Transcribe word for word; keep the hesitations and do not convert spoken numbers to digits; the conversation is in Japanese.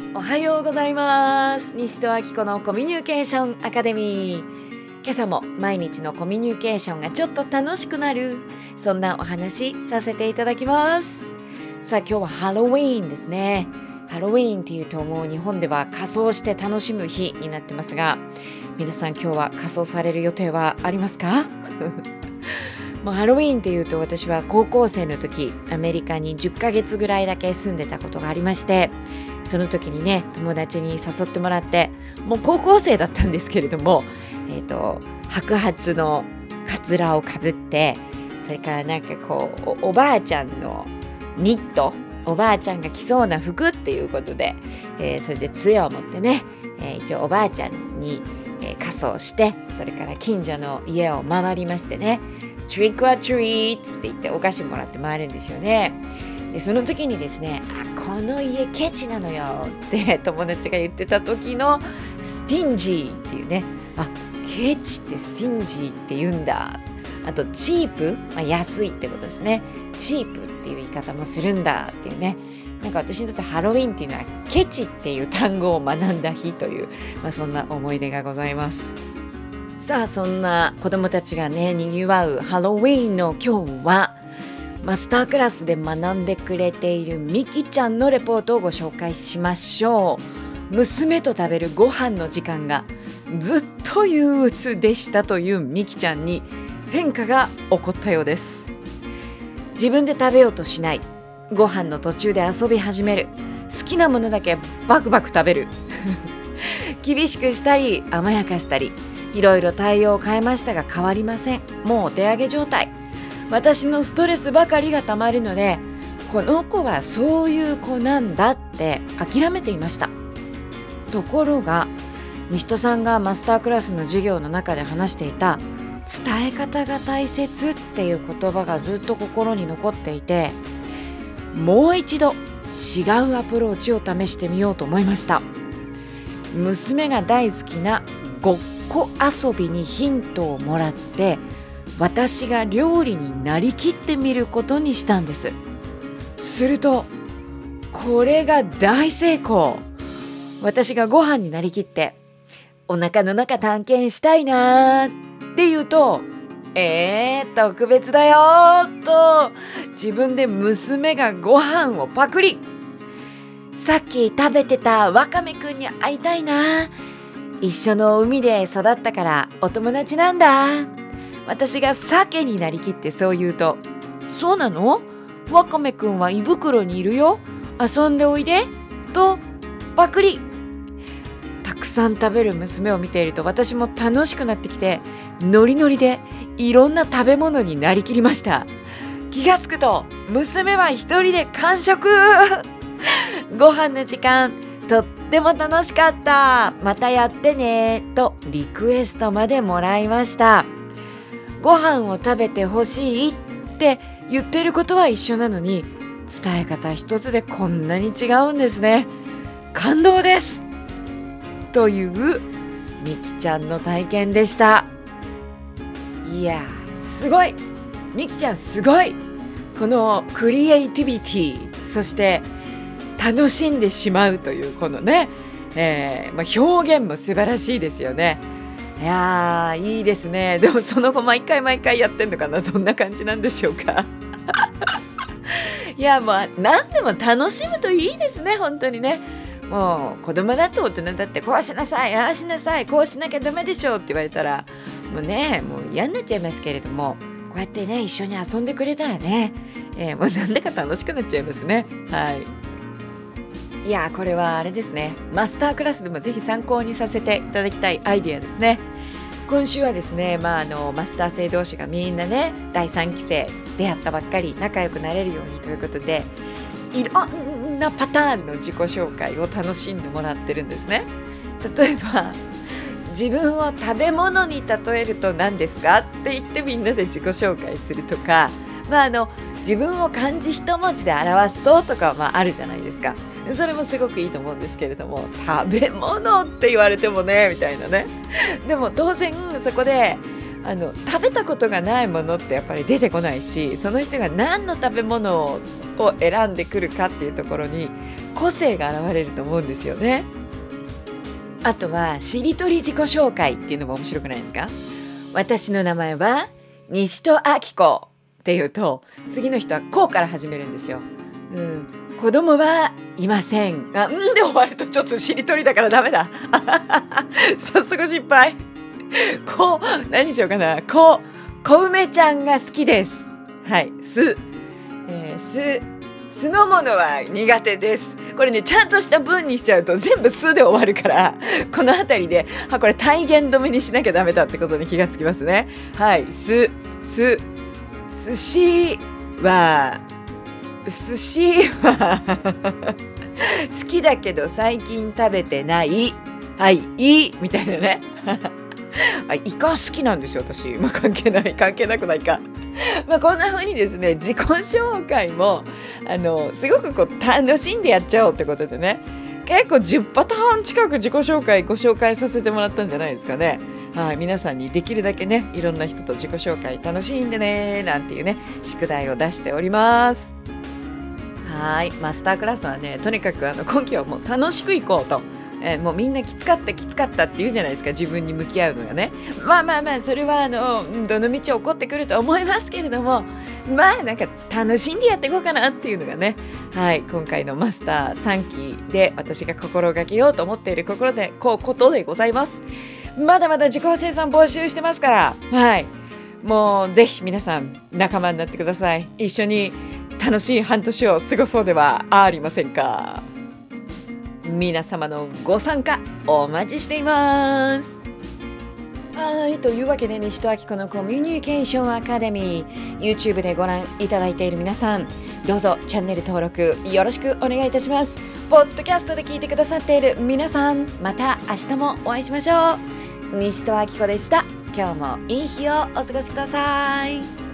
おはようございます。西戸明子のコミュニケーションアカデミー。今朝も毎日のコミュニケーションがちょっと楽しくなる、そんなお話させていただきます。さあ今日はハロウィーンですね。ハロウィーンっていうともう日本では仮装して楽しむ日になってますが、皆さん今日は仮装される予定はありますか？もうハロウィーンっていうと私は高校生の時アメリカにじゅっかげつぐらいだけ住んでたことがありまして、その時にね友達に誘ってもらって、もう高校生だったんですけれども、えーと、白髪のカツラをかぶって、それからなんかこう お, おばあちゃんのニット、おばあちゃんが着そうな服っていうことで、えー、それで杖を持ってね、えー、一応おばあちゃんに、えー、仮装して、それから近所の家を回りましてね、トリックオアトリートって言ってお菓子もらって回るんですよね。でその時にですね、あ、この家ケチなのよって友達が言ってた時のスティンジーっていうね、あ、ケチってスティンジーって言うんだ。あとチープ、まあ、安いってことですね。チープっていう言い方もするんだっていうね。なんか私にとってハロウィンっていうのはケチっていう単語を学んだ日という、まあ、そんな思い出がございます。さあそんな子どもたちがねにぎわうハロウィーンの今日は、マスタークラスで学んでくれているみきちゃんのレポートをご紹介しましょう。娘と食べるご飯の時間がずっと憂鬱でしたというみきちゃんに変化が起こったようです。自分で食べようとしない、ご飯の途中で遊び始める、好きなものだけバクバク食べる厳しくしたり甘やかしたり、いろいろ対応を変えましたが変わりません。もうお手上げ状態。私のストレスばかりがたまるので、この子はそういう子なんだって諦めていました。ところが西戸さんがマスタークラスの授業の中で話していた伝え方が大切っていう言葉がずっと心に残っていて、もう一度違うアプローチを試してみようと思いました。娘が大好きなごっこ遊びにヒントをもらって、私が料理になりきってみることにしたんです。するとこれが大成功。私がご飯になりきって、お腹の中探検したいなって言うと、えー特別だよと自分で娘がご飯をパクリ。さっき食べてたワカメくんに会いたいな、一緒の海で育ったからお友達なんだ。私が鮭になりきってそう言うと、そうなの？ワカメくんは胃袋にいるよ、遊んでおいでとパクリ。たくさん食べる娘を見ていると私も楽しくなってきて、ノリノリでいろんな食べ物になりきりました。気がつくと娘は一人で完食ご飯の時間とっても楽しかった、またやってねとリクエストまでもらいました。ご飯を食べてほしいって言ってることは一緒なのに、伝え方一つでこんなに違うんですね。感動ですというみきちゃんの体験でした。いやすごい、みきちゃんすごい。このクリエイティビティ、そして楽しんでしまうというこのね、えーまあ、表現も素晴らしいですよね。いやーいいですね。でもその後毎回毎回やってんのかな、どんな感じなんでしょうかいやもう何でも楽しむといいですね、本当にね。もう子供だって大人だってこうしなさい、ああしなさい、こうしなきゃダメでしょって言われたらもうね、もう嫌になっちゃいますけれども、こうやってね一緒に遊んでくれたらね、えー、もうなんだか楽しくなっちゃいますね。はい。いやこれはあれですね、マスタークラスでもぜひ参考にさせていただきたいアイデアですね。今週はですね、まあ、あのマスター生同士がみんなねだいさんきせい出会ったばっかり仲良くなれるようにということで、いろんなパターンの自己紹介を楽しんでもらってるんですね。例えば自分を食べ物に例えると何ですかって言ってみんなで自己紹介するとか、まあ、あの自分を漢字一文字で表すととか、まあ、あるじゃないですか。それもすごくいいと思うんですけれども、食べ物って言われてもねみたいなね。でも当然そこであの食べたことがないものってやっぱり出てこないし、その人が何の食べ物を選んでくるかっていうところに個性が現れると思うんですよね。あとはしりとり自己紹介っていうのも面白くないですか？私の名前は西戸明子っていうと、次の人はこうから始めるんですよ。うん、子供はいません。あ、んで終わるとちょっとしりとりだからダメだ。早速失敗。こう何しようかな。こう小梅ちゃんが好きです。はい。す、えー、す酢の物は苦手です。これね、ちゃんとした文にしちゃうと全部酢で終わるから、この辺りであこれ体言止めにしなきゃダメだってことに気がつきますね。はい。すす寿司は寿司は好きだけど最近食べてない。はい、いいみたいなね。あ、イカ好きなんですよ私。まあ、関係ない関係なくないか。まあこんな風にですね、自己紹介もあのすごくこう楽しんでやっちゃおうってことでね、結構じゅうパターン近く自己紹介ご紹介させてもらったんじゃないですかね。はい、皆さんにできるだけね、いろんな人と自己紹介楽しんでねなんていうね宿題を出しております。はい、マスタークラスはね、とにかくあの今期はもう楽しくいこうと。えー、もうみんなきつかったきつかったって言うじゃないですか、自分に向き合うのがね。まあまあまあそれはあのどの道起こってくると思いますけれども、まあなんか楽しんでやっていこうかなっていうのがね、はい、今回のマスターさんきで私が心がけようと思っている心でこうことでございます。まだまだ自己生産募集してますから、はい、もうぜひ皆さん仲間になってください。一緒に楽しい半年を過ごそうではありませんか。皆様のご参加お待ちしています。はい、というわけで西戸明子のコミュニケーションアカデミー YouTube でご覧いただいている皆さん、どうぞチャンネル登録よろしくお願いいたします。ポッドキャストで聞いてくださっている皆さん、また明日もお会いしましょう。西戸明子でした。今日もいい日をお過ごしください。